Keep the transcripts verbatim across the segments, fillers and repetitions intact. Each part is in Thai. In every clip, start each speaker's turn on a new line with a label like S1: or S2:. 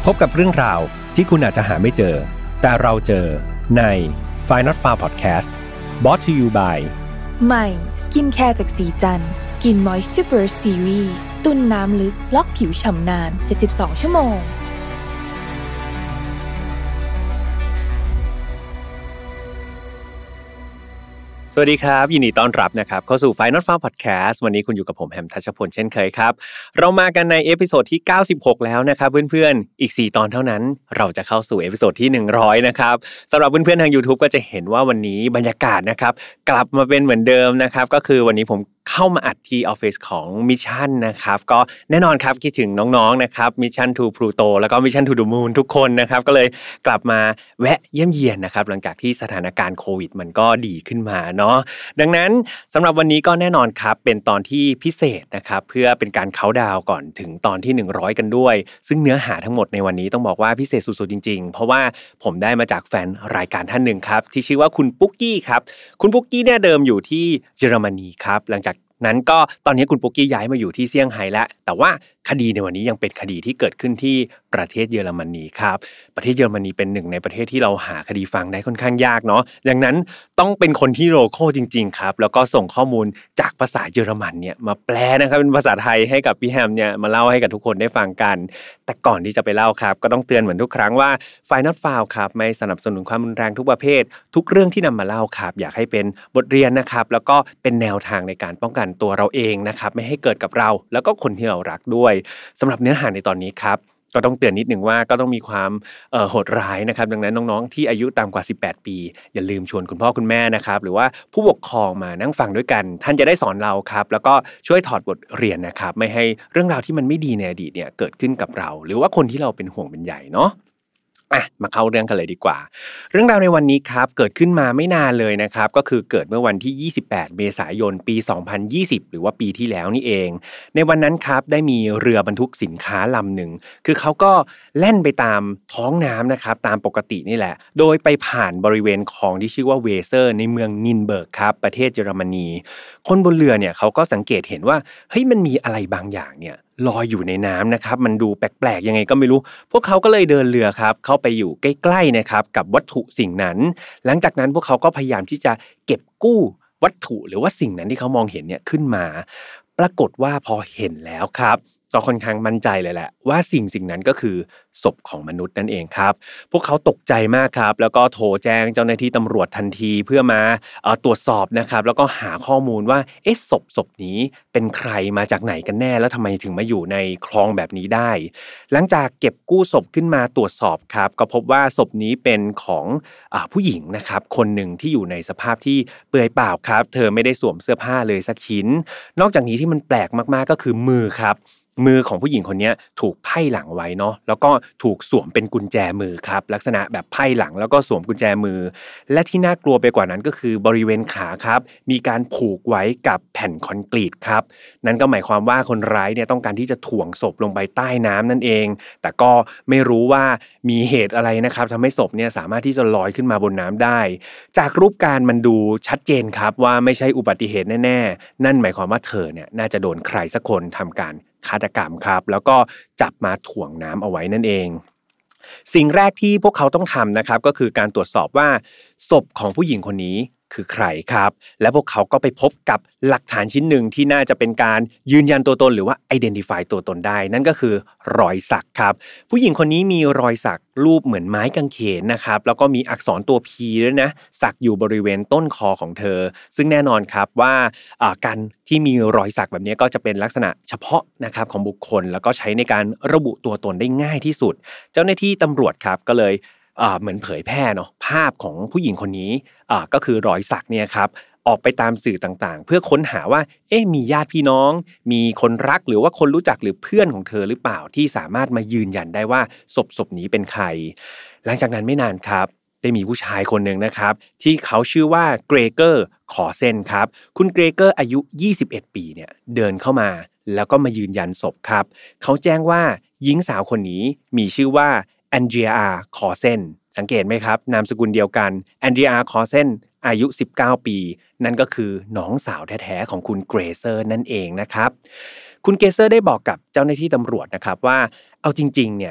S1: พบกับเรื่องราวที่คุณอาจจะหาไม่เจอแต่เราเจอใน Find Not Found Podcast Brought to you by
S2: ใหม่สกินแคร์จากสีจันทร์ Skin Moisture Burst Series ตุ้นน้ำลึกล็อกผิวฉ่ำนานเจ็ดสิบสองชั่วโมง
S1: สวัสดีครับยินดีต้อนรับนะครับเข้าสู่ Find Not Found Podcast วันนี้คุณอยู่กับผมแฮมทัชพลเช่นเคยครับเรามากันในเอพิโซดที่เก้าสิบหกแล้วนะครับเพื่อนๆอีกสี่ตอนเท่านั้นเราจะเข้าสู่เอพิโซดที่หนึ่งร้อยนะครับสำหรับเพื่อนๆทาง YouTube ก็จะเห็นว่าวันนี้บรรยากาศนะครับกลับมาเป็นเหมือนเดิมนะครับก็คือวันนี้ผมเข้ามาอัดที่ออฟฟิศของ Mission นะครับก็แน่นอนครับคิดถึงน้องๆนะครับ Mission to Pluto แล้วก็ Mission to the Moon ทุกคนนะครับก็เลยกลับมาแวะเยี่ยมเยียนนะครับหลังจากที่สถานการณ์โควิดมันก็ดีขึ้นมาเนาะดังนั้นสำหรับวันนี้ก็แน่นอนครับเป็นตอนที่พิเศษนะครับเพื่อเป็นการเค้าดาวก่อนถึงตอนที่หนึ่งร้อยกันด้วยซึ่งเนื้อหาทั้งหมดในวันนี้ต้องบอกว่าพิเศษสุดๆจริงๆเพราะว่าผมได้มาจากแฟนรายการท่านหนึ่งครับที่ชื่อว่าคุณปุ๊กกี้ครับคุณปุ๊กกี้เนี่ยเดิมอยู่ที่เยอรมนีครับหลังจากนั้นก็ตอนนี้คุณปุ๊กกี้ย้ายมาอยู่ที่เซี่ยงไฮ้แล้วแต่ว่าคดีในวันนี้ยังเป็นคดีที่เกิดขึ้นที่ประเทศเยอรมนีครับประเทศเยอรมนีเป็นหนึ่งในประเทศที่เราหาคดีฟังได้ค่อนข้างยากเนาะดังนั้นต้องเป็นคนที่โลคอลจริงๆครับแล้วก็ส่งข้อมูลจากภาษาเยอรมันเนี่ยมาแปลนะครับเป็นภาษาไทยให้กับพี่แฮมเนี่ยมาเล่าให้กับทุกคนได้ฟังกันแต่ก่อนที่จะไปเล่าครับก็ต้องเตือนเหมือนทุกครั้งว่า Find Not Found ครับไม่สนับสนุนความรุนแรงทุกประเภททุกเรื่องที่นำมาเล่าครับอยากให้เป็นบทเรียนนะครับแล้วก็เป็นแนวทางในการป้องกันตัวเราเองนะครับไม่ให้เกิดกับเราแล้วก็คนที่เรารักด้วยสำหรับเนื้อหาในตอนนี้ครับก็ต้องเตือนนิดนึงว่าก็ต้องมีความเอ่อโหดร้ายนะครับดังนั้นน้องๆที่อายุต่ำกว่าสิบแปดปีอย่าลืมชวนคุณพ่อคุณแม่นะครับหรือว่าผู้ปกครองมานั่งฟังด้วยกันท่านจะได้สอนเราครับแล้วก็ช่วยถอดบทเรียนนะครับไม่ให้เรื่องราวที่มันไม่ดีในอดีตเนี่ยเกิดขึ้นกับเราหรือว่าคนที่เราเป็นห่วงเป็นใยเนาะอ่ะมาเข้าเรื่องกันเลยดีกว่าเรื่องราวในวันนี้ครับเกิดขึ้นมาไม่นานเลยนะครับก็คือเกิดเมื่อวันที่ยี่สิบแปดเมษายนปีสองพันยี่สิบหรือว่าปีที่แล้วนี่เองในวันนั้นครับได้มีเรือบรรทุกสินค้าลำหนึ่งคือเขาก็แล่นไปตามท้องน้ำนะครับตามปกตินี่แหละโดยไปผ่านบริเวณคลองที่ชื่อว่าเวเซอร์ในเมืองนินเบิร์กครับประเทศเยอรมนีคนบนเรือเนี่ยเขาก็สังเกตเห็นว่าเฮ้ยมันมีอะไรบางอย่างเนี่ยลอยอยู่ในน้ำนะครับมันดูแปลกๆยังไงก็ไม่รู้พวกเขาก็เลยเดินเรือครับเข้าไปอยู่ใกล้ๆนะครับกับวัตถุสิ่งนั้นหลังจากนั้นพวกเขาก็พยายามที่จะเก็บกู้วัตถุหรือว่าสิ่งนั้นที่เขามองเห็นเนี่ยขึ้นมาปรากฏว่าพอเห็นแล้วครับก็ค่อนข้างมั่นใจเลยแหละว่าสิ่งสิ่งนั้นก็คือศพของมนุษย์นั่นเองครับพวกเขาตกใจมากครับแล้วก็โทรแจ้งเจ้าหน้าที่ตำรวจทันทีเพื่อมาเอ่อตรวจสอบนะครับแล้วก็หาข้อมูลว่าเอ๊ะศพศพนี้เป็นใครมาจากไหนกันแน่แล้วทำไมถึงมาอยู่ในคลองแบบนี้ได้หลังจากเก็บกู้ศพขึ้นมาตรวจสอบครับก็พบว่าศพนี้เป็นของอ่าผู้หญิงนะครับคนหนึ่งที่อยู่ในสภาพที่เปลือยเปล่าครับเธอไม่ได้สวมเสื้อผ้าเลยสักชิ้นนอกจากนี้ที่มันแปลกมากๆก็คือมือครับมือของผู้หญิงคนนี้ถูกไพ่หลังไว้เนาะแล้วก็ถูกสวมเป็นกุญแจมือครับลักษณะแบบไพ่หลังแล้วก็สวมกุญแจมือและที่น่ากลัวไปกว่านั้นก็คือบริเวณขาครับมีการผูกไว้กับแผ่นคอนกรีตครับนั่นก็หมายความว่าคนร้ายเนี่ยต้องการที่จะถ่วงศพลงไปใต้น้ำนั่นเองแต่ก็ไม่รู้ว่ามีเหตุอะไรนะครับทำให้ศพเนี่ยสามารถที่จะลอยขึ้นมาบนน้ำได้จากรูปการมันดูชัดเจนครับว่าไม่ใช่อุบัติเหตุแน่ๆนั่นหมายความว่าเธอเนี่ยน่าจะโดนใครสักคนทำการฆาตกรรมครับแล้วก็จับมาถ่วงน้ำเอาไว้นั่นเองสิ่งแรกที่พวกเขาต้องทำนะครับก็คือการตรวจสอบว่าศพของผู้หญิงคนนี้คือใครครับและพวกเขาก็ไปพบกับหลักฐานชิ้นหนึ่งที่น่าจะเป็นการยืนยันตัวตนหรือว่า identify ตัวตนได้นั่นก็คือรอยสักครับผู้หญิงคนนี้มีรอยสักรูปเหมือนไม้กางเขนนะครับแล้วก็มีอักษรตัว P ด้วยนะสักอยู่บริเวณต้นคอของเธอซึ่งแน่นอนครับว่าการที่มีรอยสักแบบนี้ก็จะเป็นลักษณะเฉพาะนะครับของบุคคลแล้วก็ใช้ในการระบุตัวตนได้ง่ายที่สุดเจ้าหน้าที่ตำรวจครับก็เลยอ่าเหมือนเผยแพร่เนาะภาพของผู้หญิงคนนี้อ่าก็คือรอยสักเนี่ยครับออกไปตามสื่อต่างๆเพื่อค้นหาว่าเอ๊ะมีญาติพี่น้องมีคนรักหรือว่าคนรู้จักหรือเพื่อนของเธอหรือเปล่าที่สามารถมายืนยันได้ว่าศพศพนี้เป็นใครหลังจากนั้นไม่นานครับได้มีผู้ชายคนหนึ่งนะครับที่เขาชื่อว่าเกรเกอร์ขอเซนครับคุณเกรเกอร์อายุยี่สิบเอ็ดปีเนี่ยเดินเข้ามาแล้วก็มายืนยันศพครับเขาแจ้งว่าหญิงสาวคนนี้มีชื่อว่าแอนเดรียคอเซนสังเกตไหมครับนามสกุลเดียวกันแอนเดรียคอเซนอายุสิบเก้าปีนั่นก็คือน้องสาวแท้ๆของคุณเกรเซอร์นั่นเองนะครับคุณเกรเซอร์ได้บอกกับเจ้าหน้าที่ตำรวจนะครับว่าเอาจริงๆเนี่ยเข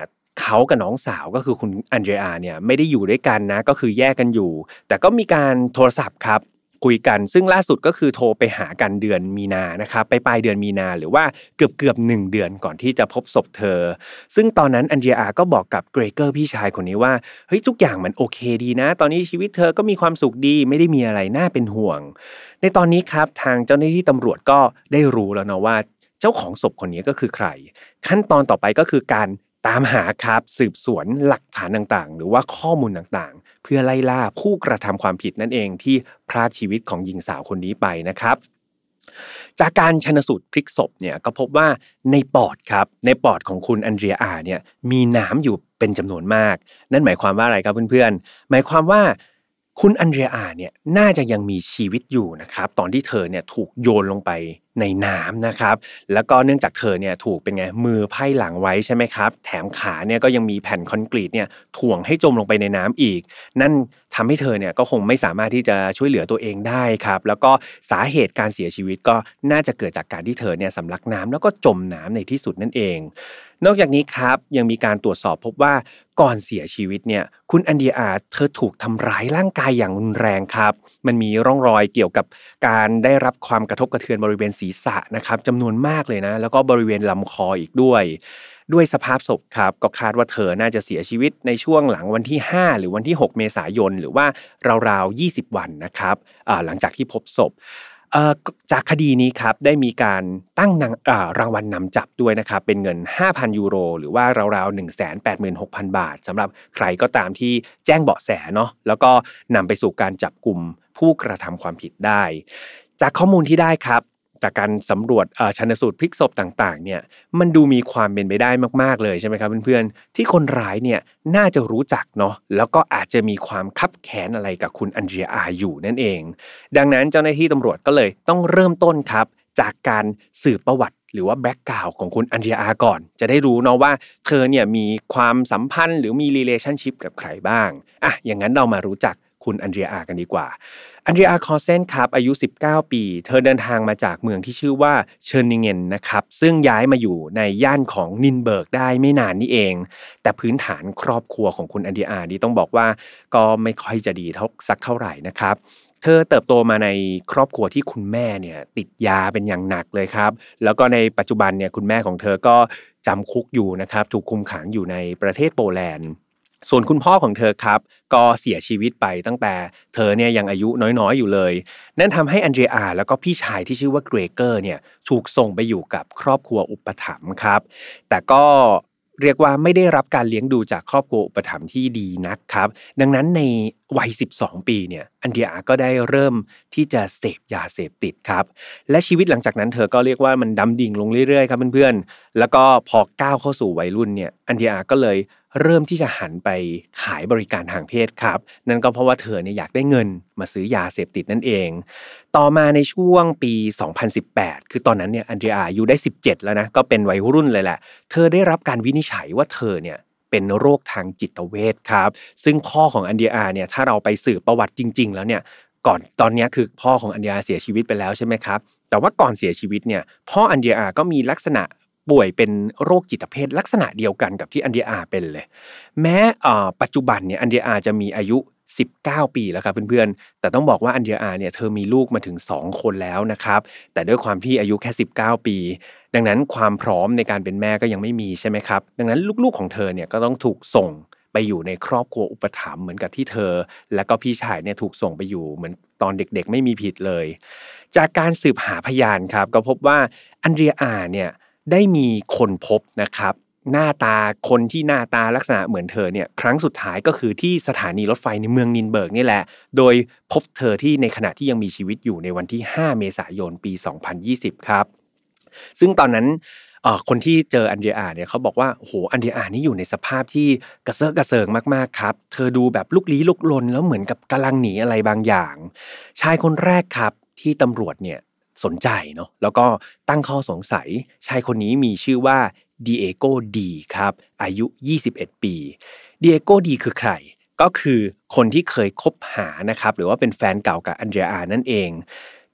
S1: เขากับน้องสาวก็คือคุณอันเดรียเนี่ยไม่ได้อยู่ด้วยกันนะก็คือแยกกันอยู่แต่ก็มีการโทรศัพท์ครับคุยกันซึ่งล่าสุดก็คือโทรไปหากันเดือนมีนานะครับไปปลายเดือนมีนาหรือว่าเกือบๆหนึ่งเดือนก่อนที่จะพบศพเธอซึ่งตอนนั้นอันเดรียก็บอกกับเกรเกอร์พี่ชายคนนี้ว่าเฮ้ยทุกอย่างมันโอเคดีนะตอนนี้ชีวิตเธอก็มีความสุขดีไม่ได้มีอะไรน่าเป็นห่วงในตอนนี้ครับทางเจ้าหน้าที่ตำรวจก็ได้รู้แล้วนะว่าเจ้าของศพคนนี้ก็คือใครขั้นตอนต่อไปก็คือการตามหาครับสืบสวนหลักฐานต่างๆหรือว่าข้อมูลต่างๆเพื่อไล่ล่าผู้กระทำความผิดนั่นเองที่พรากชีวิตของหญิงสาวคนนี้ไปนะครับจากการชันสูตรพลิกศพเนี่ยก็พบว่าในปอดครับในปอดของคุณอันเดรียเนี่ยมีน้ำอยู่เป็นจำนวนมากนั่นหมายความว่าอะไรครับเพื่อนๆหมายความว่าคุณอันเดรียเนี่ยน่าจะยังมีชีวิตอยู่นะครับตอนที่เธอเนี่ยถูกโยนลงไปในน้ำนะครับแล้วก็เนื่องจากเธอเนี่ยถูกเป็นไงมือไพ่หลังไว้ใช่ไหมครับแถมขาเนี่ยก็ยังมีแผ่นคอนกรีตเนี่ยถ่วงให้จมลงไปในน้ำอีกนั่นทำให้เธอเนี่ยก็คงไม่สามารถที่จะช่วยเหลือตัวเองได้ครับแล้วก็สาเหตุการเสียชีวิตก็น่าจะเกิดจากการที่เธอเนี่ยสำลักน้ำแล้วก็จมน้ำในที่สุดนั่นเองนอกจากนี้ครับยังมีการตรวจสอบพบว่าก่อนเสียชีวิตเนี่ยคุณอันเดรียเธอถูกทำร้ายร่างกายอย่างรุนแรงครับมันมีร่องรอยเกี่ยวกับการได้รับความกระทบกระเทือนบริเวณศีรษะนะครับจำนวนมากเลยนะแล้วก็บริเวณลำคออีกด้วยด้วยสภาพศพครับก็คาดว่าเธอน่าจะเสียชีวิตในช่วงหลังวันที่ห้าหรือวันที่หกเมษายนหรือว่าราวๆยี่สิบวันนะครับหลังจากที่พบศพจากคดีนี้ครับได้มีการตั้งรางวัลนำจับด้วยนะครับเป็นเงิน ห้าพัน ยูโรหรือว่าราวๆ หนึ่งแสนแปดหมื่นหกพัน บาทสำหรับใครก็ตามที่แจ้งเบาะแสเนาะแล้วก็นำไปสู่การจับกุมผู้กระทำความผิดได้จากข้อมูลที่ได้ครับจากการสำรวจชันสูตรพลิกศพต่างๆเนี่ยมันดูมีความเป็นไปได้มากๆเลยใช่ไหมครับเพื่อนๆที่คนร้ายเนี่ยน่าจะรู้จักเนาะแล้วก็อาจจะมีความคับแค้นอะไรกับคุณอันเดรียอยู่นั่นเองดังนั้นเจ้าหน้าที่ตำรวจก็เลยต้องเริ่มต้นครับจากการสืบประวัติหรือว่าแบ็กกราวด์ของคุณอันเดรียก่อนจะได้รู้เนาะว่าเธอเนี่ยมีความสัมพันธ์หรือมี relationship กับใครบ้างอ่ะอย่างนั้นเรามารู้จักคุณอันเดรียกันดีกว่าอันเดรียคอร์เซนครับอายุสิบเก้าปีเธอเดินทางมาจากเมืองที่ชื่อว่าเชิร์นิเงนนะครับซึ่งย้ายมาอยู่ในย่านของนินเบิร์กได้ไม่นานนี้เองแต่พื้นฐานครอบครัวของคุณอันเดรียนี่ต้องบอกว่าก็ไม่ค่อยจะดีเท่าสักเท่าไหร่นะครับเธอเติบโตมาในครอบครัวที่คุณแม่เนี่ยติดยาเป็นอย่างหนักเลยครับแล้วก็ในปัจจุบันเนี่ยคุณแม่ของเธอก็จำคุกอยู่นะครับถูกคุมขังอยู่ในประเทศโปแลนด์ส่วนคุณพ่อของเธอครับก็เสียชีวิตไปตั้งแต่เธอเนี่ยยังอายุน้อยๆอยู่เลยนั่นทำให้อันเดรียแล้วก็พี่ชายที่ชื่อว่าเกรเกอร์เนี่ยถูกส่งไปอยู่กับครอบครัวอุปถัมภ์ครับแต่ก็เรียกว่าไม่ได้รับการเลี้ยงดูจากครอบครัวอุปถัมภ์ที่ดีนักครับดังนั้นในวัยสิบสองปีเนี่ยอันเดรียก็ได้เริ่มที่จะเสพยาเสพติดครับและชีวิตหลังจากนั้นเธอก็เรียกว่ามันดำดิ่งลงเรื่อยๆครับเพื่อนๆแล้วก็พอก้าวเข้าสู่วัยรุ่นเนี่ยอันเดรียก็เลยเริ่มที่จะหันไปขายบริการทางเพศครับนั่นก็เพราะว่าเธอเนี่ยอยากได้เงินมาซื้อยาเสพติดนั่นเองต่อมาในช่วงปีสองพันสิบแปดคือตอนนั้นเนี่ยอันเดรียอายุได้สิบเจ็ดแล้วนะก็เป็นวัยรุ่นเลยแหละเธอได้รับการวินิจฉัยว่าเธอเนี่ยเป็นโรคทางจิตเวชครับซึ่งพ่อของอันเดรียเนี่ยถ้าเราไปสืบประวัติจริงๆแล้วเนี่ยก่อนตอนนี้คือพ่อของอันเดรียเสียชีวิตไปแล้วใช่ไหมครับแต่ว่าก่อนเสียชีวิตเนี่ยพ่ออันเดรียก็มีลักษณะป่วยเป็นโรคจิตเภทลักษณะเดียวกันกับที่อันเดรียเป็นเลยแม้ปัจจุบันเนี่ยอันเดรียจะมีอายุสิบเก้าปีแล้วครับเพื่อนๆแต่ต้องบอกว่าอันเดรียเนี่ยเธอมีลูกมาถึงสองคนแล้วนะครับแต่ด้วยความที่อายุแค่สิบเก้าปีดังนั้นความพร้อมในการเป็นแม่ก็ยังไม่มีใช่ไหมครับดังนั้นลูกๆของเธอเนี่ยก็ต้องถูกส่งไปอยู่ในครอบครัวอุปถัมภ์เหมือนกับที่เธอและก็พี่ชายเนี่ยถูกส่งไปอยู่เหมือนตอนเด็กๆไม่มีผิดเลยจากการสืบหาพยานครับก็พบว่าอันเดรียเนี่ยได้มีคนพบนะครับหน้าตาคนที่หน้าตาลักษณะเหมือนเธอเนี่ยครั้งสุดท้ายก็คือที่สถานีรถไฟในเมืองนินเบิร์กนี่แหละโดยพบเธอที่ในขณะที่ยังมีชีวิตอยู่ในวันที่ห้าเมษายนปีสองพันยี่สิบครับซึ่งตอนนั้นคนที่เจออันเดรียเนี่ยเขาบอกว่าโอ้โหอันเดรียนี่อยู่ในสภาพที่กระเซาะกระเซิงมากๆครับเธอดูแบบลุกลี้ลุกลนแล้วเหมือนกับกำลังหนีอะไรบางอย่างชายคนแรกครับที่ตำรวจเนี่ยสนใจเนาะแล้วก็ตั้งข้อสงสัยชายคนนี้มีชื่อว่าดิเอโกดีครับอายุยี่สิบเอ็ดปีดิเอโกดีคือใครก็คือคนที่เคยคบหานะครับหรือว่าเป็นแฟนเก่ากับอันเดรียนั่นเอง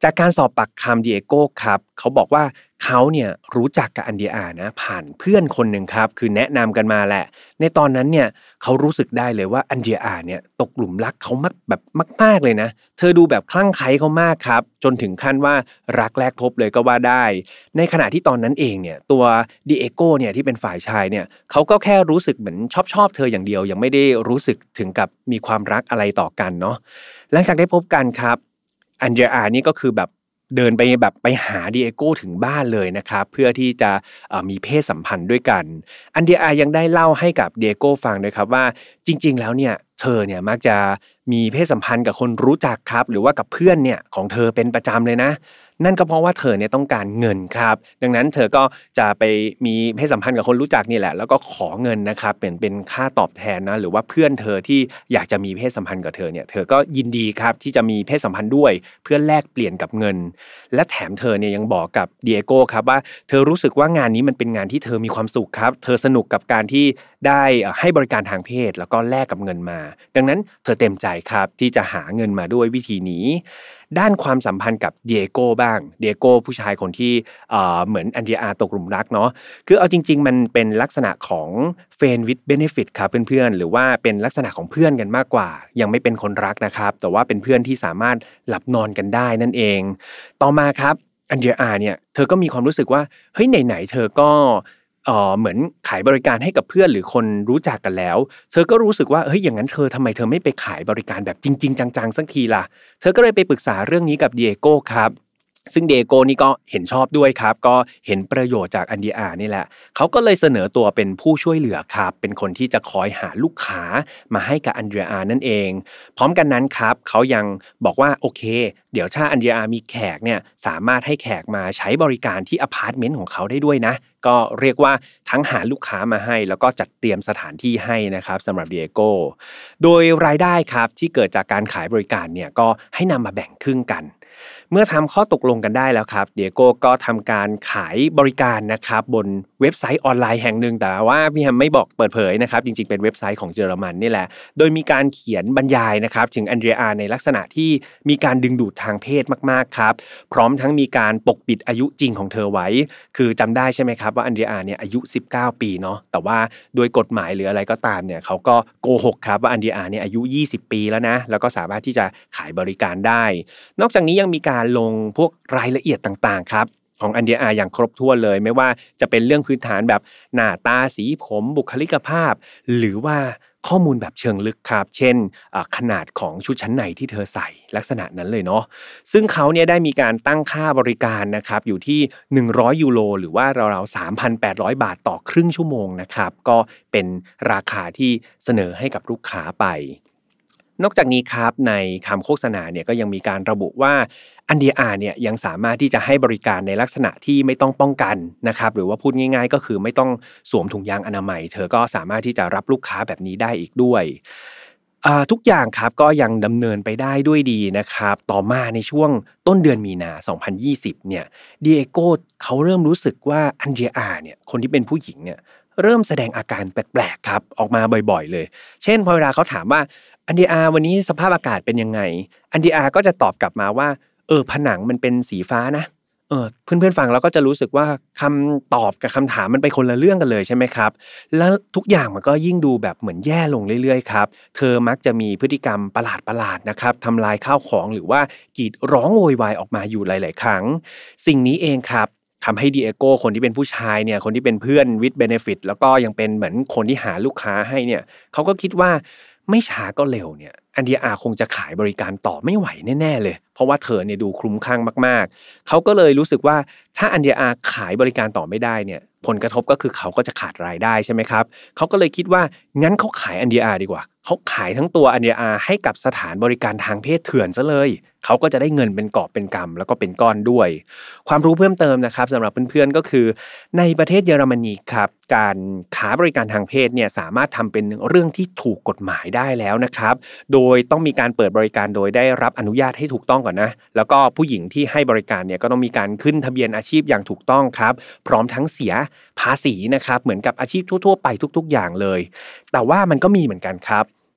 S1: จากการสอบปากคำดิเอโก้ครับเขาบอกว่าเขาเนี่ยรู้จักกับอันเดียอานะผ่านเพื่อนคนหนึ่งครับคือแนะนำกันมาแหละในตอนนั้นเนี่ยเขารู้สึกได้เลยว่าอันเดียอาเนี่ยตกหลุมรักเขามากแบบมากๆเลยนะเธอดูแบบคลั่งไคล้เขามากครับจนถึงขั้นว่ารักแรกพบเลยก็ว่าได้ในขณะที่ตอนนั้นเองเนี่ยตัวดิเอโก้เนี่ยที่เป็นฝ่ายชายเนี่ยเขาก็แค่รู้สึกเหมือนชอบชอบเธออย่างเดียวยังไม่ได้รู้สึกถึงกับมีความรักอะไรต่อกันเนาะหลังจากได้พบกันครับอันเดรียนี่ก็คือแบบเดินไปแบบไปหาดิเอโก้ถึงบ้านเลยนะครับเพื่อที่จะมีเพศสัมพันธ์ด้วยกันอันเดรียยังได้เล่าให้กับดิเอโก้ฟังด้วยครับว่าจริงๆแล้วเนี่ยเธอเนี่ยมักจะมีเพศสัมพันธ์กับคนรู้จักครับหรือว่ากับเพื่อนเนี่ยของเธอเป็นประจำเลยนะนั่นก็เพราะว่าเธอเนี่ยต้องการเงินครับดังนั้นเธอก็จะไปมีเพศสัมพันธ์กับคนรู้จักนี่แหละแล้วก็ขอเงินนะครับเป็นเป็นค่าตอบแทนนะหรือว่าเพื่อนเธอที่อยากจะมีเพศสัมพันธ์กับเธอเนี่ยเธอก็ยินดีครับที่จะมีเพศสัมพันธ์ด้วยเพื่อแลกเปลี่ยนกับเงินและแถมเธอเนี่ยยังบอกกับดิเอโก้ครับว่าเธอรู้สึกว่างานนี้มันเป็นงานที่เธอมีความสุขครับเธอสนุกกับการที่ได้ให้บริการทางเพศแล้วก็แลกกับเงินมาดังนั้นเธอเต็มใจครับที่จะหาเงินมาด้วยวิธีนี้ด้านความสัมพันธ์กับดิเอโก้บ้างดิเอโก้ผู้ชายคนที่เอ่อเหมือนอันเดียอาตกหลุมรักเนาะคือเอาจริงๆมันเป็นลักษณะของเฟรนด์วิดเบเนฟิตครับเพื่อนๆหรือว่าเป็นลักษณะของเพื่อนกันมากกว่ายังไม่เป็นคนรักนะครับแต่ว่าเป็นเพื่อนที่สามารถหลับนอนกันได้นั่นเองต่อมาครับอันเดียอาเนี่ยเธอก็มีความรู้สึกว่าเฮ้ยไหนๆเธอก็เอ่อเหมือนขายบริการให้กับเพื่อนหรือคนรู้จักกันแล้วเธอก็รู้สึกว่าเฮ้ยอย่างนั้นเธอทำไมเธอไม่ไปขายบริการแบบจริงๆจังๆสักทีล่ะเธอก็เลยไปปรึกษาเรื่องนี้กับดิเอโก้ครับซึ่งดิเอโก้นี่ก็เห็นชอบด้วยครับก็เห็นประโยชน์จากอันเดียอานี่แหละเขาก็เลยเสนอตัวเป็นผู้ช่วยเหลือครับเป็นคนที่จะคอยหาลูกค้ามาให้กับอันเดียอานั่นเองพร้อมกันนั้นครับเขายังบอกว่าโอเคเดี๋ยวถ้าอันเดียอามีแขกเนี่ยสามารถให้แขกมาใช้บริการที่อพาร์ตเมนต์ของเขาได้ด้วยนะก็เรียกว่าทั้งหาลูกค้ามาให้แล้วก็จัดเตรียมสถานที่ให้นะครับสำหรับดิเอโก้โดยรายได้ครับที่เกิดจากการขายบริการเนี่ยก็ให้นำมาแบ่งครึ่งกันเมื่อทำข้อตกลงกันได้แล้วครับดิเอโก้ก็ทำการขายบริการนะครับบนเว็บไซต์ออนไลน์แห่งหนึ่งแต่ว่าพี่แฮมไม่บอกเปิดเผยนะครับจริงๆเป็นเว็บไซต์ของเยอรมันนี่แหละโดยมีการเขียนบรรยายนะครับถึงอันเดรียอาในลักษณะที่มีการดึงดูดทางเพศมากๆครับพร้อมทั้งมีการปกปิดอายุจริงของเธอไว้คือจำได้ใช่ไหมครับว่าอันเดรียอาเนี่ยอายุสิบเก้าปีเนาะแต่ว่าโดยกฎหมายหรืออะไรก็ตามเนี่ยเขาก็โกหกครับว่าอันเดรียอาเนี่ยอายุยี่สิบปีแล้วนะแล้วก็สามารถที่จะขายบริการได้นอกจากนี้ยังมีการลงพวกรายละเอียดต่างๆครับของอันเดียอาอย่างครบถ้วนเลยไม่ว่าจะเป็นเรื่องพื้นฐานแบบหน้าตาสีผมบุคลิกภาพหรือว่าข้อมูลแบบเชิงลึกครับเช่นขนาดของชุดชั้นในที่เธอใส่ลักษณะนั้นเลยเนาะซึ่งเขาเนี่ยได้มีการตั้งค่าบริการนะครับอยู่ที่หนึ่งร้อยยูโรหรือว่าราวๆ สามพันแปดร้อย บาทต่อครึ่งชั่วโมงนะครับก็เป็นราคาที่เสนอให้กับลูกค้าไปนอกจากนี้ครับในคำโฆษณาเนี่ยก็ยังมีการระบุว่าอันเดียอาเนี่ยยังสามารถที่จะให้บริการในลักษณะที่ไม่ต้องป้องกันนะครับหรือว่าพูดง่ายๆก็คือไม่ต้องสวมถุงยางอนามัยเธอก็สามารถที่จะรับลูกค้าแบบนี้ได้อีกด้วยทุกอย่างครับก็ยังดำเนินไปได้ด้วยดีนะครับต่อมาในช่วงต้นเดือนมีนาสองพันยี่สิบเนี่ยดิเอโก้เขาเริ่มรู้สึกว่าอันเดียอาเนี่ยคนที่เป็นผู้หญิงเนี่ยเริ่มแสดงอาการแปลกๆครับออกมาบ่อยๆเลยเช่นพอเวลาเขาถามว่าอันเดียอาวันนี้สภาพอากาศเป็นยังไงอันเดียอาก็จะตอบกลับมาว่าเออผนังมันเป็นสีฟ้านะเออเพื่อนๆฟังแล้วก็จะรู้สึกว่าคำตอบกับคำถามมันไปคนละเรื่องกันเลยใช่ไหมครับแล้วทุกอย่างมันก็ยิ่งดูแบบเหมือนแย่ลงเรื่อยๆครับเธอมักจะมีพฤติกรรมประหลาดๆนะครับทำลายข้าวของหรือว่ากรีดร้องโวยวายออกมาอยู่หลายๆครั้งสิ่งนี้เองครับทำให้ดิเอโก้คนที่เป็นผู้ชายเนี่ยคนที่เป็นเพื่อนวิดเบเนฟิตแล้วก็ยังเป็นเหมือนคนที่หาลูกค้าให้เนี่ยเขาก็คิดว่าไม่ช้าก็เร็วเนี่ยอันเดียอาคงจะขายบริการต่อไม่ไหวแน่ๆเลยเพราะว่าเธอเนี่ยดูคลุ้มคลั่งมากๆเขาก็เลยรู้สึกว่าถ้าอันเดียอาขายบริการต่อไม่ได้เนี่ยผลกระทบก็คือเขาก็จะขาดรายได้ใช่ไหมครับเขาก็เลยคิดว่างั้นเขาขายอันเดียอาดีกว่าเขาขายทั้งตัวอันเดียอาให้กับสถานบริการทางเพศเถื่อนซะเลยเขาก็จะได้เงินเป็นกอบเป็นกำแล้วก็เป็นก้อนด้วยความรู้เพิ่มเติมนะครับสำหรับเพื่อนๆก็คือในประเทศเยอรมนีครับการค้าบริการทางเพศเนี่ยสามารถทำเป็นเรื่องที่ถูกกฎหมายได้แล้วนะครับโดยต้องมีการเปิดบริการโดยได้รับอนุญาตให้ถูกต้องก่อนนะแล้วก็ผู้หญิงที่ให้บริการเนี่ยก็ต้องมีการขึ้นทะเบียนอาชีพอย่างถูกต้องครับพร้อมทั้งเสียภาษีนะครับเหมือนกับอาชีพทั่วๆไปทุกๆอย่างเลยแต่ว่ามันก็มีเหมือนกันครับ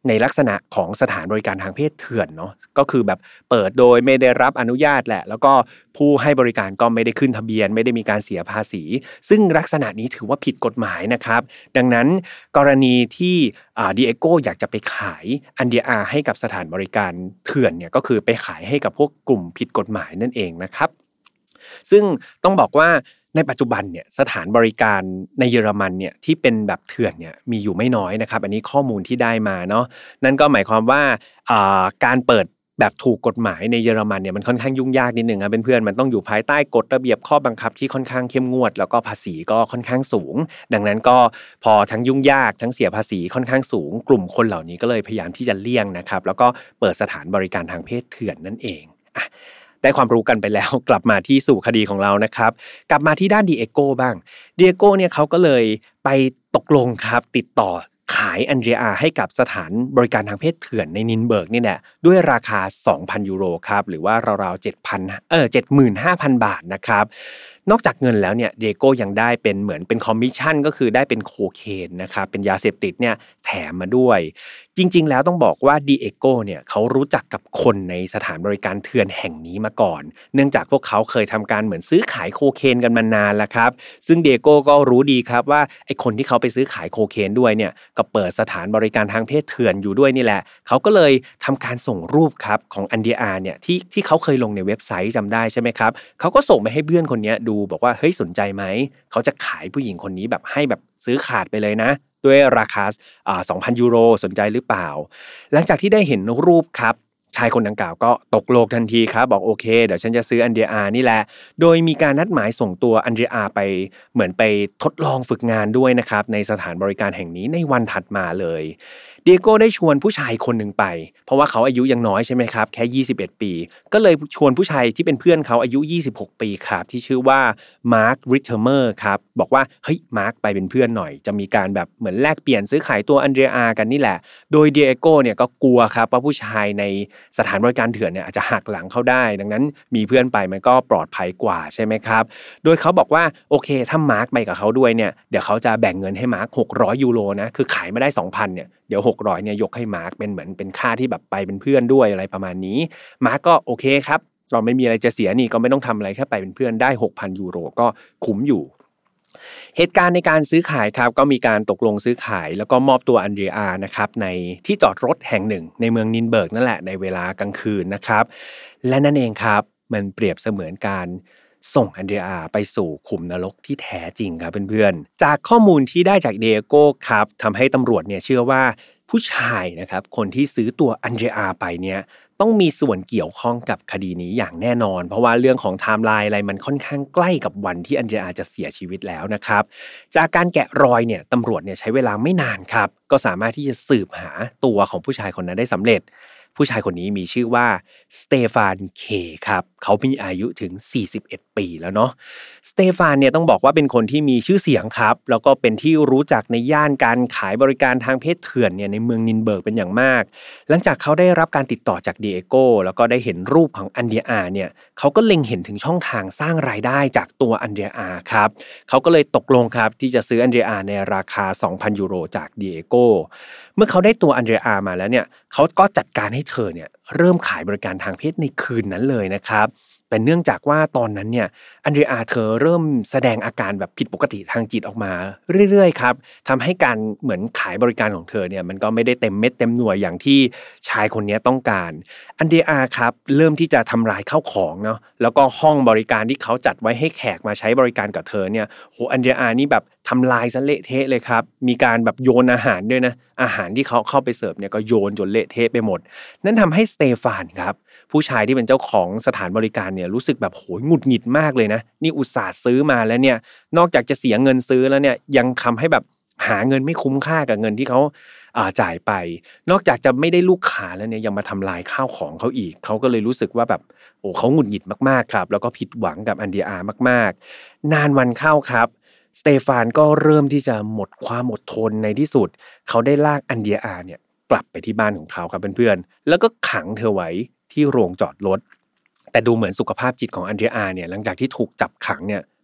S1: ในลักษณะของสถานบริการทางเพศเถื่อนเนาะก็คือแบบเปิดโดยไม่ได้รับอนุญาตแหละแล้วก็ผู้ให้บริการก็ไม่ได้ขึ้นทะเบียนไม่ได้มีการเสียภาษีซึ่งลักษณะนี้ถือว่าผิดกฎหมายนะครับดังนั้นกรณีที่อ่า Diego อยากจะไปขาย เอ็น ดี อาร์ ให้กับสถานบริการเถื่อนเนี่ยก็คือไปขายให้กับพวกกลุ่มผิดกฎหมายนั่นเองนะครับซึ่งต้องบอกว่าในปัจจุบันเนี่ยสถานบริการในเยอรมันเนี่ยที่เป็นแบบเถื่อนเนี่ยมีอยู่ไม่น้อยนะครับอันนี้ข้อมูลที่ได้มาเนาะนั่นก็หมายความว่าอ่าการเปิดแบบถูกกฎหมายในเยอรมันเนี่ยมันค่อนข้างยุ่งยากนิดนึงครับเพื่อนๆมันต้องอยู่ภายใต้กฎระเบียบข้อบังคับที่ค่อนข้างเข้มงวดแล้วก็ภาษีก็ค่อนข้างสูงดังนั้นก็พอทั้งยุ่งยากทั้งเสียภาษีค่อนข้างสูงกลุ่มคนเหล่านี้ก็เลยพยายามที่จะเลี่ยงนะครับแล้วก็เปิดสถานบริการทางเพศเถื่อนนั่นเองอ่ะได้ความรู้กันไปแล้วกลับมาที่สู่คดีของเรานะครับกลับมาที่ด้าน Diego บ้าง Diego เนี่ยเขาก็เลยไปตกลงครับติดต่อขายอันเดรียให้กับสถานบริการทางเพศเถื่อนในนินเบิร์กนี่แหละด้วยราคา สองพัน ยูโรครับหรือว่าราวๆ เจ็ดพัน เอ่อ เจ็ดหมื่นห้าพัน บาทนะครับนอกจากเงินแล้วเนี่ยเดโก้ยังได้เป็นเหมือนเป็นคอมมิชชั่นก็คือได้เป็นโคเคนนะครับเป็นยาเสพติดเนี่ยแถมมาด้วยจริงๆแล้วต้องบอกว่าดีเอโก้เนี่ยเขารู้จักกับคนในสถานบริการเถื่อนแห่งนี้มาก่อนเนื่องจากพวกเขาเคยทำการเหมือนซื้อขายโคเคนกันมานานแล้วครับซึ่งเดโก้ก็รู้ดีครับว่าไอ้คนที่เขาไปซื้อขายโคเคนด้วยเนี่ยก็เปิดสถานบริการทางเพศเถื่อนอยู่ด้วยนี่แหละเขาก็เลยทำการส่งรูปครับของอันเดียอาเนี่ยที่ที่เขาเคยลงในเว็บไซต์จำได้ใช่ไหมครับเขาก็ส่งไปให้เพื่อนคนนี้ดูบอกว่าเฮ้ยสนใจไหมเขาจะขายผู้หญิงคนนี้แบบให้แบบซื้อขาดไปเลยนะด้วยราคาอ่า สองพัน ยูโรสนใจหรือเปล่าหลังจากที่ได้เห็นรูปครับชายคนดังกล่าวก็ตกโลกทันทีครับบอกโอเคเดี๋ยวฉันจะซื้ออันเดรียอานี่แหละโดยมีการนัดหมายส่งตัวอันเดรียอาไปเหมือนไปทดลองฝึกงานด้วยนะครับในสถานบริการแห่งนี้ในวันถัดมาเลยเดียโก้ได้ชวนผู้ชายคนหนึ่งไปเพราะว่าเขาอายุยังน้อยใช่ไหมครับแค่ยี่สิบเอ็ดปีก็เลยชวนผู้ชายที่เป็นเพื่อนเขาอายุยี่สิบหกปีครับที่ชื่อว่ามาร์คริทเทอร์เมอร์ครับบอกว่าเฮ้ยมาร์คไปเป็นเพื่อนหน่อยจะมีการแบบเหมือนแลกเปลี่ยนซื้อขายตัวอันเดรียอากันนี่แหละโดยเดียโก้เนี่ยก็กลัวครับว่าผู้ชายในสถานบริการเถื่อนเนี่ยอาจจะหักหลังเขาได้ดังนั้นมีเพื่อนไปมันก็ปลอดภัยกว่าใช่ไหมครับโดยเขาบอกว่าโอเคถ้ามาร์คไปกับเขาด้วยเนี่ยเดี๋ยวเขาจะแบ่งเงินให้มาร์คหกร้อยยูโรนะคือขายมาได้ สองพัน เนี่ยเดี๋ยวหกร้อยเนี่ยยกให้มาร์คเป็นเหมือนเป็นค่าที่แบบไปเป็นเพื่อนด้วยอะไรประมาณนี้มาร์คก็โอเคครับเราไม่มีอะไรจะเสียนี่ก็ไม่ต้องทำอะไรแค่ไปเป็นเพื่อนได้ หกพัน ยูโรก็คุ้มอยู่เหตุการณ์ในการซื้อขายครับก็มีการตกลงซื้อขายแล้วก็มอบตัวอันเดรียอานะครับในที่จอดรถแห่งหนึ่งในเมืองนินเบิร์กนั่นแหละในเวลากลางคืนนะครับและนั่นเองครับมันเปรียบเสมือนการส่งอันเดรียไปสู่ขุมนรกที่แท้จริงครับเพื่อนๆจากข้อมูลที่ได้จากเดียโก้ครับทำให้ตำรวจเนี่ยเชื่อว่าผู้ชายนะครับคนที่ซื้อตัวอันเดรียไปเนี่ยต้องมีส่วนเกี่ยวข้องกับคดีนี้อย่างแน่นอนเพราะว่าเรื่องของไทม์ไลน์อะไรมันค่อนข้างใกล้กับวันที่อันเดรียจะเสียชีวิตแล้วนะครับจากการแกะรอยเนี่ยตำรวจเนี่ยใช้เวลาไม่นานครับก็สามารถที่จะสืบหาตัวของผู้ชายคนนั้นได้สำเร็จผู้ชายคนนี้มีชื่อว่าสเตฟานเคครับเขามีอายุถึงสี่สิบเอ็ดปีแล้วเนาะสเตฟานเนี่ยต้องบอกว่าเป็นคนที่มีชื่อเสียงครับแล้วก็เป็นที่รู้จักในย่านการขายบริการทางเพศเถื่อนเนี่ยในเมืองนินเบิร์กเป็นอย่างมากหลังจากเขาได้รับการติดต่อจากเดียโก้แล้วก็ได้เห็นรูปของอันเดรียเนี่ยเขาก็เล็งเห็นถึงช่องทางสร้างรายได้จากตัวอันเดรียครับเขาก็เลยตกลงครับที่จะซื้ออันเดรียในราคา สองพัน ยูโรจากเดียโก้เมื่อเขาได้ตัวอันเดรียมาแล้วเนี่ยเขาก็จัดการให้เธอเนี่ยเริ่มขายบริการทางเพศในคืนนั้นเลยนะครับแต่เนื่องจากว่าตอนนั้นเนี่ยอันเดรียเธอเริ่มแสดงอาการแบบผิดปกติทางจิตออกมาเรื่อยๆครับทำให้การเหมือนขายบริการของเธอเนี่ยมันก็ไม่ได้เต็มเม็ดเต็มหน่วยอย่างที่ชายคนนี้ต้องการอันเดรียครับเริ่มที่จะทำลายข้าวของเนาะแล้วก็ห้องบริการที่เขาจัดไว้ให้แขกมาใช้บริการกับเธอเนี่ยโหอันเดรียนี่แบบทำลายซะเละเทะเลยครับมีการแบบโยนอาหารด้วยนะอาหารที่เขาเข้าไปเสิร์ฟเนี่ยก็โยนจนเละเทะไปหมดนั่นทำให้สเตฟานครับผู้ชายที่เป็นเจ้าของสถานบริการเนี่ยรู้สึกแบบโหยหงุดหงิดมากเลยนะนี่อุตส่าห์ซื้อมาแล้วเนี่ยนอกจากจะเสียเงินซื้อแล้วเนี่ยยังทำให้แบบหาเงินไม่คุ้มค่ากับเงินที่เขาอ่าจ่ายไปนอกจากจะไม่ได้ลูกค้าแล้วเนี่ยยังมาทำลายข้าวของเขาอีกเขาก็เลยรู้สึกว่าแบบโอ้เขาหงุดหงิดมากๆครับแล้วก็ผิดหวังกับอันเดรียมากๆนานวันเข้าครับสเตฟานก็เริ่มที่จะหมดความอดทนในที่สุดเขาได้ลากอันเดรียเนี่ยกลับไปที่บ้านของเขาครับเพื่อนๆแล้วก็ขังเธอไว้ที่โรงจอดรถแต่ดูเหมือนสุขภาพจิตของอันเดรียเนี่ยหลังจากที่ถูกจับขังเนี่ย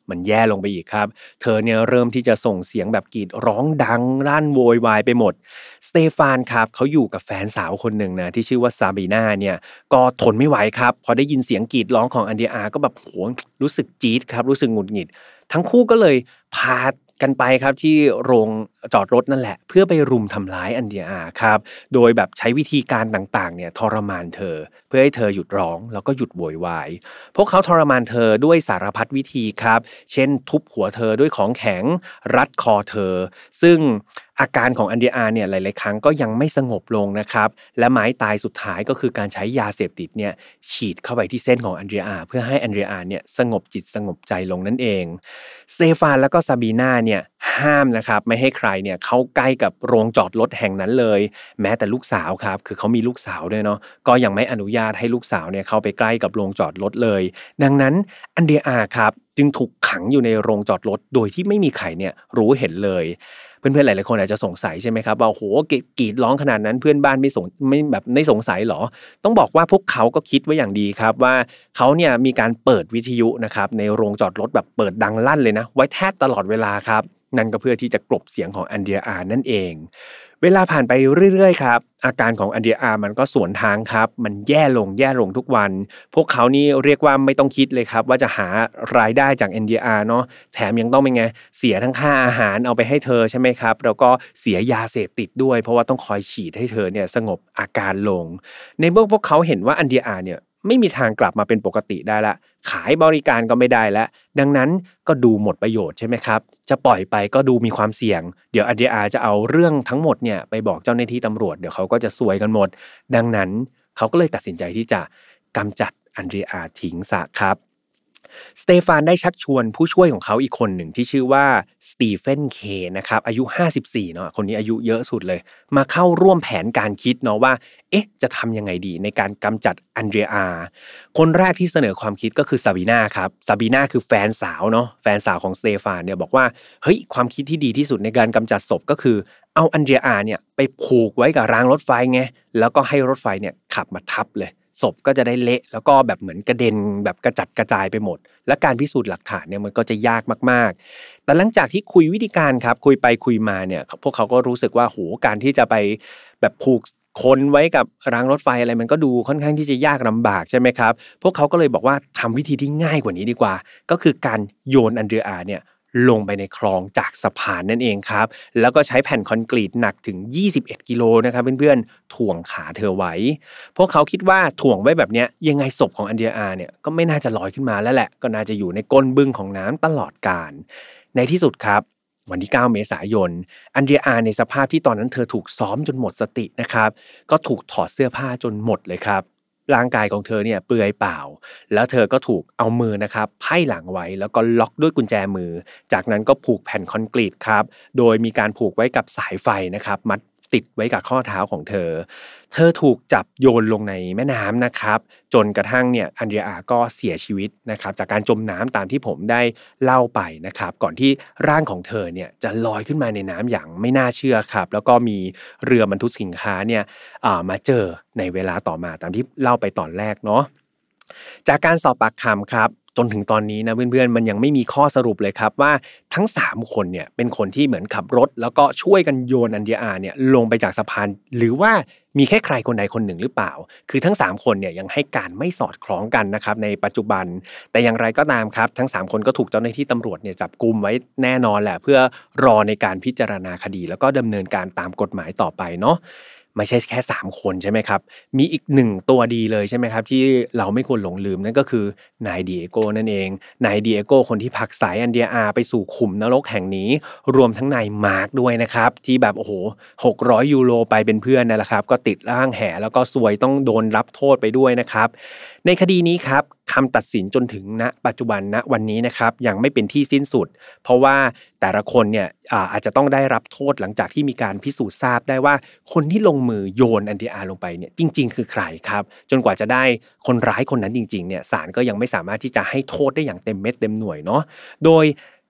S1: มันแย่ลงไปอีกครับเธอเนี่ยเริ่มที่จะส่งเสียงแบบกรีดร้องดังลั่นโวยวายไปหมดสเตฟานครับเขาอยู่กับแฟนสาวคนหนึ่งนะที่ชื่อว่าซาบีนาเนี่ยก็ทนไม่ไหวครับพอได้ยินเสียงกรีดร้องของอันเดียอาก็แบบโหรู้สึกจี๊ดครับรู้สึกหงุดหงิดทั้งคู่ก็เลยพากันไปครับที่โรงจอดรถนั่นแหละเพื่อไปรุมทำร้ายอันเดียอาครับโดยแบบใช้วิธีการต่างๆเนี่ยทรมานเธอเพื่อให้เธอหยุดร้องแล้วก็หยุดโวยวายพวกเขาทรมานเธอด้วยสารพัดวิธีครับเช่นทุบหัวเธอด้วยของแข็งรัดคอเธอซึ่งอาการของอันเดียอาเนี่ยหลายๆครั้งก็ยังไม่สงบลงนะครับและไม้ตายสุดท้ายก็คือการใช้ยาเสพติดเนี่ยฉีดเข้าไปที่เส้นของอันเดียอาเพื่อให้อันเดียอาเนี่ยสงบจิตสงบใจลงนั่นเองสเตฟานแล้วก็ซาบีนาเนี่ยห้ามนะครับไม่ให้ใครเนี่ยเข้าใกล้กับโรงจอดรถแห่งนั้นเลยแม้แต่ลูกสาวครับคือเขามีลูกสาวด้วยเนาะก็ยังไม่อนุญาตให้ลูกสาวเนี่ยเข้าไปใกล้กับโรงจอดรถเลยดังนั้นอันเดียอาครับจึงถูกขังอยู่ในโรงจอดรถโดยที่ไม่มีใครเนี่ยรู้เห็นเลยเพื่อนๆหลายๆคนอาจจะสงสัยใช่ไหมครับว่าโอ้โหกรีดร้องขนาดนั้นเพื่อนบ้านไม่สงไม่แบบไม่สงสัยหรอต้องบอกว่าพวกเขาก็คิดไว้อย่างดีครับว่าเขาเนี่ยมีการเปิดวิทยุนะครับในโรงจอดรถแบบเปิดดังลั่นเลยนะไว้แทบตลอดเวลาครับนั่นก็เพื่อที่จะกลบเสียงของอันเดียอานั่นเองเวลาผ่านไปเรื่อยๆครับอาการของอันเดียอามันก็สวนทางครับมันแย่ลงแย่ลงทุกวันพวกเขานี่เรียกว่าไม่ต้องคิดเลยครับว่าจะหารายได้จาก เอ็น ดี อาร์ เนาะแถมยังต้องเป็นไงเสียทั้งค่าอาหารเอาไปให้เธอใช่ไหมครับแล้วก็เสียยาเสพติดด้วยเพราะว่าต้องคอยฉีดให้เธอเนี่ยสงบอาการลงในเมื่อพวกเขาเห็นว่าอันเดียอาร์เนี่ยไม่มีทางกลับมาเป็นปกติได้ละขายบริการก็ไม่ได้แล้วดังนั้นก็ดูหมดประโยชน์ใช่ไหมครับจะปล่อยไปก็ดูมีความเสี่ยงเดี๋ยวอันเดียอาร์จะเอาเรื่องทั้งหมดเนี่ยไปบอกเจ้าหน้าที่ตำรวจเดี๋ยวเขาก็จะซวยกันหมดดังนั้นเขาก็เลยตัดสินใจที่จะกำจัดอันเดียอาร์ทิ้งซะครับสเตฟานได้ชักชวนผู้ช่วยของเขาอีกคนหนึ่งที่ชื่อว่าสตีเฟนเคนะครับอายุห้าสิบสี่เนาะคนนี้อายุเยอะสุดเลยมาเข้าร่วมแผนการคิดเนาะว่าเอ๊ะจะทำยังไงดีในการกำจัดอันเดรียอาคนแรกที่เสนอความคิดก็คือซาบีนาครับซาบีนาคือแฟนสาวเนาะแฟนสาวของสเตฟานเนี่ยบอกว่าเฮ้ยความคิดที่ดีที่สุดในการกำจัดศพก็คือเอาอันเดรียอาเนี่ยไปผูกไว้กับรางรถไฟไงแล้วก็ให้รถไฟเนี่ยขับมาทับเลยศพก็จะได้เละแล้วก็แบบเหมือนกระเด็นแบบกระจัดกระจายไปหมดและการพิสูจน์หลักฐานเนี่ยมันก็จะยากมากๆแต่หลังจากที่คุยวิธีการครับคุยไปคุยมาเนี่ยพวกเขาก็รู้สึกว่าโหการที่จะไปแบบผูกคนไว้กับรางรถไฟอะไรมันก็ดูค่อนข้างที่จะยากลำบากใช่ไหมครับพวกเขาก็เลยบอกว่าทำวิธีที่ง่ายกว่านี้ดีกว่าก็คือการโยนอันเดรียอาเนี่ยลงไปในคลองจากสะพานนั่นเองครับแล้วก็ใช้แผ่นคอนกรีตหนักถึงยี่สิบเอ็ดกิโลนะครับเพื่อนๆถ่วงขาเธอไว้พวกเขาคิดว่าถ่วงไว้แบบนี้ยังไงศพของอันเดรียอาเนี่ยก็ไม่น่าจะลอยขึ้นมาแล้วแหละก็น่าจะอยู่ในก้นบึ้งของน้ำตลอดกาลในที่สุดครับวันที่เก้าเมษายนอันเดรียอาในสภาพที่ตอนนั้นเธอถูกซ้อมจนหมดสตินะครับก็ถูกถอดเสื้อผ้าจนหมดเลยครับร่างกายของเธอเนี่ยเปลือยเปล่าแล้วเธอก็ถูกเอามือนะครับไพ่หลังไว้แล้วก็ล็อกด้วยกุญแจมือจากนั้นก็ผูกแผ่นคอนกรีตครับโดยมีการผูกไว้กับสายไฟนะครับมัดติดไว้กับข้อเท้าของเธอเธอถูกจับโยนลงในแม่น้ำนะครับจนกระทั่งเนี่ยอันเดรียอาก็เสียชีวิตนะครับจากการจมน้ำตามที่ผมได้เล่าไปนะครับก่อนที่ร่างของเธอเนี่ยจะลอยขึ้นมาในน้ำอย่างไม่น่าเชื่อครับแล้วก็มีเรือบรรทุกสินค้าเนี่ยมาเจอในเวลาต่อมาตามที่เล่าไปตอนแรกเนาะจากการสอบปากคำครับจนถึงตอนนี้นะเพื่อนๆมันยังไม่มีข้อสรุปเลยครับว่าทั้งสามคนเนี่ยเป็นคนที่เหมือนขับรถแล้วก็ช่วยกันโยนอันเดรียอาเนี่ยลงไปจากสะพานหรือว่ามีแค่ใครคนใดคนหนึ่งหรือเปล่าคือทั้งสามคนเนี่ยยังให้การไม่สอดคล้องกันนะครับในปัจจุบันแต่อย่างไรก็ตามครับทั้งสามคนก็ถูกเจ้าหน้าที่ตำรวจเนี่ยจับกุมไว้แน่นอนแหละเพื่อรอในการพิจารณาคดีแล้วก็ดำเนินการตามกฎหมายต่อไปเนาะไม่ใช่แค่สามคนใช่ไหมครับมีอีกหนึ่งตัวดีเลยใช่ไหมครับที่เราไม่ควรหลงลืมนั่นก็คือนายดิเอโก้นั่นเองนายดิเอโก้คนที่ผลักสายอันเดรียอาไปสู่ขุมนรกแห่งนี้รวมทั้งนายมาร์คด้วยนะครับที่แบบโอ้โหหกร้อยยูโรไปเป็นเพื่อนนั่นแหละครับก็ติดร่างแห่แล้วก็ซวยต้องโดนรับโทษไปด้วยนะครับในคดีนี้ครับคำตัดสินจนถึงณปัจจุบันณวันนี้นะครับยังไม่เป็นที่สิ้นสุดเพราะว่าแต่ละคนเนี่ย อา, อาจจะต้องได้รับโทษหลังจากที่มีการพิสูจน์ทราบได้ว่าคนที่ลงมือโยนอันเดรียอาลงไปเนี่ยจริงๆคือใครครับจนกว่าจะได้คนร้ายคนนั้นจริงๆเนี่ยศาลก็ยังไม่สามารถที่จะให้โทษได้อย่างเต็มเม็ดเต็มหน่วยเนาะโดย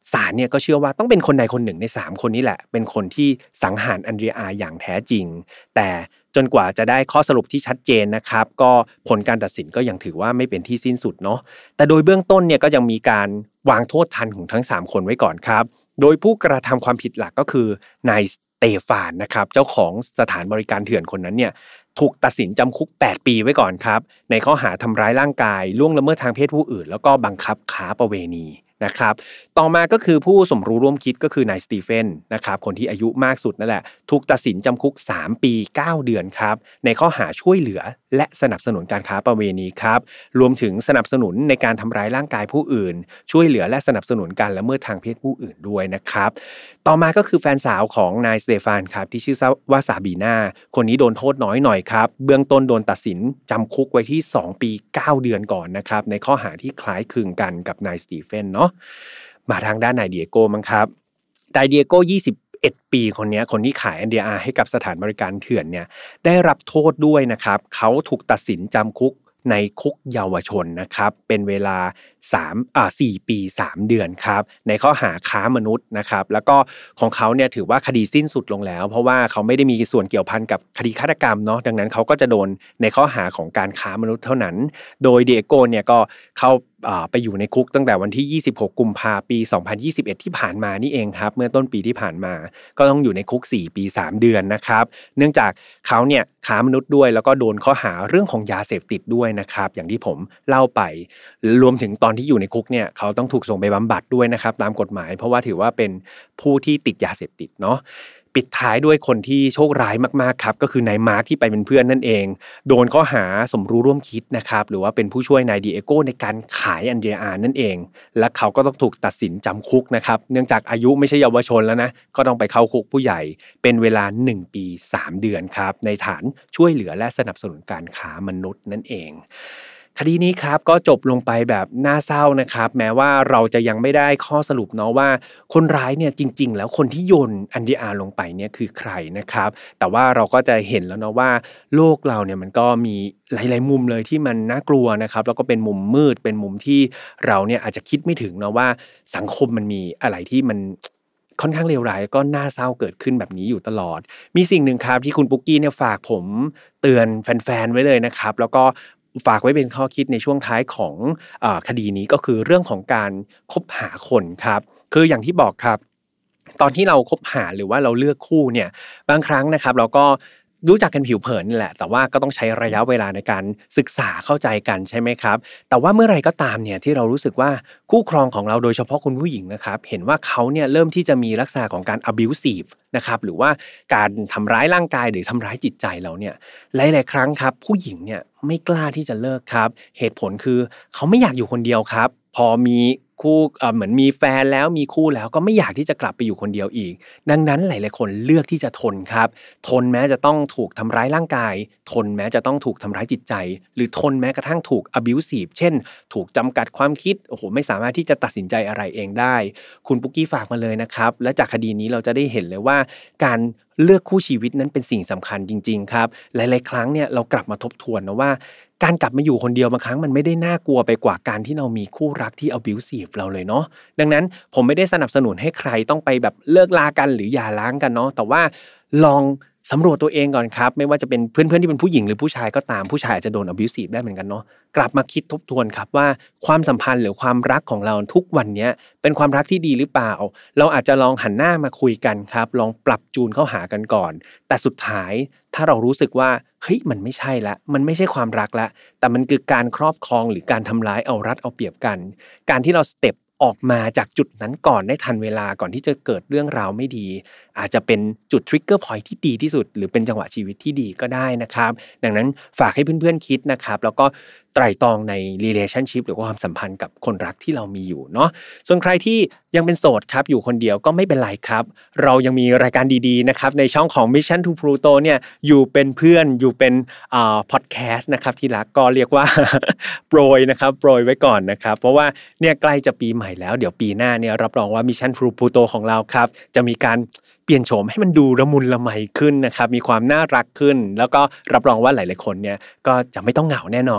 S1: ศาลเนี่ยก็เชื่อว่าต้องเป็นคนใดคนหนึ่งในสามคนนี้แหละเป็นคนที่สังหารอันเดรียอย่างแท้จริงแต่จนกว่าจะได้ข้อสรุปที่ชัดเจนนะครับก็ผลการตัดสินก็ยังถือว่าไม่เป็นที่สิ้นสุดเนาะแต่โดยเบื้องต้นเนี่ยก็ยังมีการวางโทษทันของทั้งสามคนไว้ก่อนครับโดยผู้กระทำความผิดหลักก็คือนายสเตฟานนะครับเจ้าของสถานบริการเถื่อนคนนั้นเนี่ยถูกตัดสินจำคุกแปดปีไว้ก่อนครับในข้อหาทำร้ายร่างกายล่วงละเมิดทางเพศผู้อื่นแล้วก็บังคับค้าประเวณีนะครับต่อมาก็คือผู้สมรู้ร่วมคิดก็คือนายสตีเฟนนะครับคนที่อายุมากสุดนั่นแหละถูกตัดสินจำคุกสามปีเก้าเดือนครับในข้อหาช่วยเหลือและสนับสนุนการค้าประเวณีครับรวมถึงสนับสนุนในการทำร้ายร่างกายผู้อื่นช่วยเหลือและสนับสนุนการละเมิดทางเพศผู้อื่นด้วยนะครับต่อมาก็คือแฟนสาวของนายสเตฟานครับที่ชื่อว่าซาบีนาคนนี้โดนโทษน้อยหน่อยครับเบื้องต้นโดนตัดสินจำคุกไว้ที่สองปีเก้าเดือนก่อนนะครับในข้อหาที่คล้ายคลึงกันกับนายสตีเฟนเนาะมาทางด้านนายเดียโก้มั้งครับนายเดียโก้ยี่สิบเอ็ดปีคนนี้คนที่ขาย เอ็น ดี อาร์ ให้กับสถานบริการเถื่อนเนี่ยได้รับโทษด้วยนะครับเขาถูกตัดสินจำคุกในคุกเยาวชนนะครับเป็นเวลาสามอ่าสี่ปีสามเดือนครับในข้อหาค้ามนุษย์นะครับแล้วก็ของเขาเนี่ยถือว่าคดีสิ้นสุดลงแล้วเพราะว่าเขาไม่ได้มีส่วนเกี่ยวพันกับคดีฆาตกรรมเนาะดังนั้นเขาก็จะโดนในข้อหาของการค้ามนุษย์เท่านั้นโดยเดียโก้เนี่ยก็เข้าไปอยู่ในคุกตั้งแต่วันที่ยี่สิบหกกุมภาพันธ์ปีสองพันยี่สิบเอ็ดที่ผ่านมานี่เองครับเมื่อต้นปีที่ผ่านมาก็ต้องอยู่ในคุกสี่ปีสามเดือนนะครับเนื่องจากเขาเนี่ยค้ามนุษย์ด้วยแล้วก็โดนข้อหาเรื่องของยาเสพติดด้วยนะครับอย่างที่ผมเล่าไปรวมถึงตอนที่อยู่ในคุกเนี่ยเขาต้องถูกส่งไปบำบัดด้วยนะครับตามกฎหมายเพราะว่าถือว่าเป็นผู้ที่ติดยาเสพติดเนาะปิดท้ายด้วยคนที่โชคร้ายมากๆครับก็คือนายมาร์คที่ไปเป็นเพื่อนนั่นเองโดนข้อหาสมรู้ร่วมคิดนะครับหรือว่าเป็นผู้ช่วยนายดิเอโก้ในการขายอันเดรียนั่นเองและเขาก็ต้องถูกตัดสินจำคุกนะครับเนื่องจากอายุไม่ใช่เยาวชนแล้วนะก็ต้องไปเข้าคุกผู้ใหญ่เป็นเวลาหนึ่งปีสามเดือนครับในฐานช่วยเหลือและสนับสนุนการค้ามนุษย์นั่นเองคดีนี้ครับก็จบลงไปแบบน่าเศร้านะครับแม้ว่าเราจะยังไม่ได้ข้อสรุปเนาะว่าคนร้ายเนี่ยจริงๆแล้วคนที่โยนอันเดรียลงไปเนี่ยคือใครนะครับแต่ว่าเราก็จะเห็นแล้วเนาะว่าโลกเราเนี่ยมันก็มีหลายๆมุมเลยที่มันน่ากลัวนะครับแล้วก็เป็นมุมมืดเป็นมุมที่เราเนี่ยอาจจะคิดไม่ถึงเนาะว่าสังคมมันมีอะไรที่มันค่อนข้างเลวร้ายก็น่าเศร้าเกิดขึ้นแบบนี้อยู่ตลอดมีสิ่งหนึ่งครับที่คุณปุ๊กกี้เนี่ยฝากผมเตือนแฟนๆไว้เลยนะครับแล้วก็ฝากไว้เป็นข้อคิดในช่วงท้ายของเอ่อคดีนี้ก็คือเรื่องของการคบหาคนครับคืออย่างที่บอกครับตอนที่เราคบหาหรือว่าเราเลือกคู่เนี่ยบางครั้งนะครับเราก็รู้จักกันผิวเผินนี่แหละแต่ว่าก็ต้องใช้ระยะเวลาในการศึกษาเข้าใจกันใช่ไหมครับแต่ว่าเมื่อไรก็ตามเนี่ยที่เรารู้สึกว่าคู่ครองของเราโดยเฉพาะคุณผู้หญิงนะครับเห็นว่าเขาเนี่ยเริ่มที่จะมีลักษณะของการ abusive นะครับหรือว่าการทำร้ายร่างกายหรือทำร้ายจิตใจเราเนี่ยหลายๆครั้งครับผู้หญิงเนี่ยไม่กล้าที่จะเลิกครับเหตุผลคือเขาไม่อยากอยู่คนเดียวครับพอมีคู่เอ่อเหมือนมีแฟนแล้วมีคู่แล้วก็ไม่อยากที่จะกลับไปอยู่คนเดียวอีกดังนั้นหลายๆคนเลือกที่จะทนครับทนแม้จะต้องถูกทำร้ายร่างกายทนแม้จะต้องถูกทำร้ายจิตใจหรือทนแม้กระทั่งถูก abusive เช่นถูกจำกัดความคิดโอ้โหไม่สามารถที่จะตัดสินใจอะไรเองได้คุณปุ๊กกี้ฝากมาเลยนะครับและจากคดีนี้เราจะได้เห็นเลยว่าการเลือกคู่ชีวิตนั้นเป็นสิ่งสำคัญจริงๆครับหลายๆครั้งเนี่ยเรากลับมาทบทวนนะว่าการกลับมาอยู่คนเดียวบางครั้งมันไม่ได้น่ากลัวไปกว่าการที่เรามีคู่รักที่ abusive เราเลยเนาะดังนั้นผมไม่ได้สนับสนุนให้ใครต้องไปแบบเลิกลากันหรือหย่าร้างกันเนาะแต่ว่าลองสำรวจตัวเองก่อนครับไม่ว่าจะเป็นเพื่อนๆที่เป็นผู้หญิงหรือผู้ชายก็ตามผู้ชายอาจจะโดน abusive ได้เหมือนกันเนาะกลับมาคิดทบทวนครับว่าความสัมพันธ์หรือความรักของเราทุกวันนี้เป็นความรักที่ดีหรือเปล่าเราอาจจะลองหันหน้ามาคุยกันครับลองปรับจูนเข้าหากันก่อนแต่สุดท้ายถ้าเรารู้สึกว่าเฮ้ยมันไม่ใช่ละมันไม่ใช่ความรักละแต่มันคือการครอบครองหรือการทำร้ายเอารัดเอาเปรียบกันการที่เราสเต็ปออกมาจากจุดนั้นก่อนได้ทันเวลาก่อนที่จะเกิดเรื่องราวไม่ดีอาจจะเป็นจุดทริกเกอร์พอยท์ที่ดีที่สุดหรือเป็นจังหวะชีวิตที่ดีก็ได้นะครับดังนั้นฝากให้เพื่อนๆคิดนะครับแล้วก็ไตร่ตรองใน relationship หรือว่าความสัมพันธ์กับคนรักที่เรามีอยู่เนาะส่วนใครที่ยังเป็นโสดครับอยู่คนเดียวก็ไม่เป็นไรครับเรายังมีรายการดีๆนะครับในช่องของ Mission to Pluto เนี่ยอยู่เป็นเพื่อนอยู่เป็นอ่าพอดแคสต์นะครับที่รักก็เรียกว่า โปรยนะครับโปรยไว้ก่อนนะครับเพราะว่าเนี่ยใกล้จะปีใหม่แล้วเดี๋ยวปีหน้าเนี่ยรับรองว่า Mission to Pluto ของเราครับจะมีการเปลี่ยนโฉมให้มันดูละมุนละไมขึ้นนะครับมีความน่ารักขึ้นแล้วก็รับรองว่าหลายๆคนเนี่ยก็จะไม่ต้องเหงาแน่นอน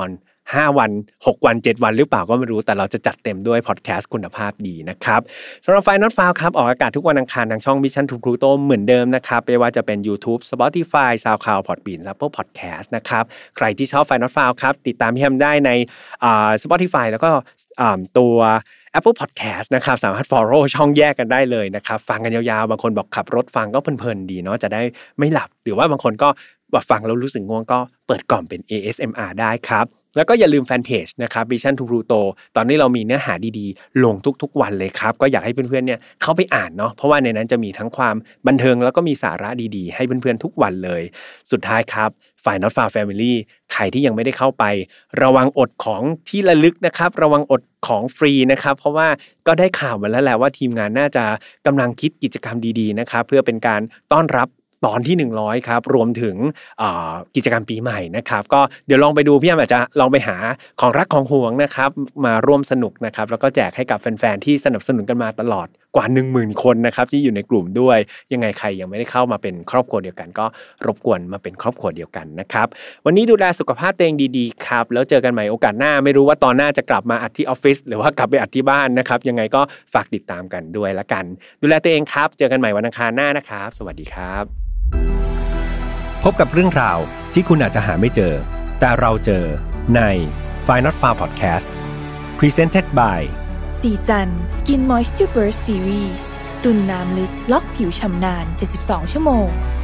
S1: ห้าวันหกวันเจ็ดวันหรือเปล่าก็ไม่รู้แต่เราจะจัดเต็มด้วยพอดแคสต์คุณภาพดีนะครับสำหรับ File Not Found ครับออกอากาศทุกวันอังคารทางช่อง Mission to Pluto เหมือนเดิมนะครับไม่ว่าจะเป็น YouTube Spotify SoundCloud Podbean Apple Podcast นะครับใครที่ชอบ File Not Found ครับติดตามพี่แฮมได้ในอ่า Spotify แล้วก็อ่าตัว Apple Podcast นะครับสามารถ follow ช่องแยกกันได้เลยนะครับฟังกันยาวๆบางคนบอกขับรถฟังก็เพลินๆดีเนาะจะได้ไม่หลับหรือว่าบางคนก็ว่าฟังแล้วรู้สึกง่วงก็เปิดกล่อมเป็น เอ เอส เอ็ม อาร์ ได้ครับแล้วก็อย่าลืมแฟนเพจนะครับ Mission to Pluto ตอนนี้เรามีเนื้อหาดีๆลงทุกๆวันเลยครับก็อยากให้เพื่อนๆเนี่ยเข้าไปอ่านเนาะเพราะว่าในนั้นจะมีทั้งความบันเทิงแล้วก็มีสาระดีๆให้เพื่อนๆทุกวันเลยสุดท้ายครับ File Not Found Family ใครที่ยังไม่ได้เข้าไประวังอดของที่ระลึกนะครับระวังอดของฟรีนะครับเพราะว่าก็ได้ข่าวมาแล้วแหละว่าทีมงานน่าจะกำลังคิดกิจกรรมดีๆนะครับเพื่อเป็นการต้อนรับตอนที่หนึ่งร้อยครับรวมถึงกิจกรรมปีใหม่นะครับก็เดี๋ยวลองไปดูพี่แอมอาจจะลองไปหาของรักของห่วงนะครับมาร่วมสนุกนะครับแล้วก็แจกให้กับแฟนๆที่สนับสนุนกันมาตลอดกว่า หนึ่งหมื่น คนนะครับที่อยู่ในกลุ่มด้วยยังไงใครยังไม่ได้เข้ามาเป็นครอบครัวเดียวกันก็รบกวนมาเป็นครอบครัวเดียวกันนะครับวันนี้ดูแลสุขภาพตัวเองดีๆครับแล้วเจอกันใหม่โอกาสหน้าไม่รู้ว่าตอนหน้าจะกลับมาอัดที่ออฟฟิศหรือว่ากลับไปอัดที่บ้านนะครับยังไงก็ฝากติดตามกันด้วยละกันดูแลตัวเองครับเจอกันใหม่วันอังคารหน้านะครับสวัสดีครับพบกับเรื่องราวที่คุณอาจจะหาไม่เจอแต่เราเจอใน File Not Found Podcast Presented by
S2: สีจัน Skin Moisture Burst Series ตุ่นน้ำลึกล็อกผิวชำนานเจ็ดสิบสองชั่วโมง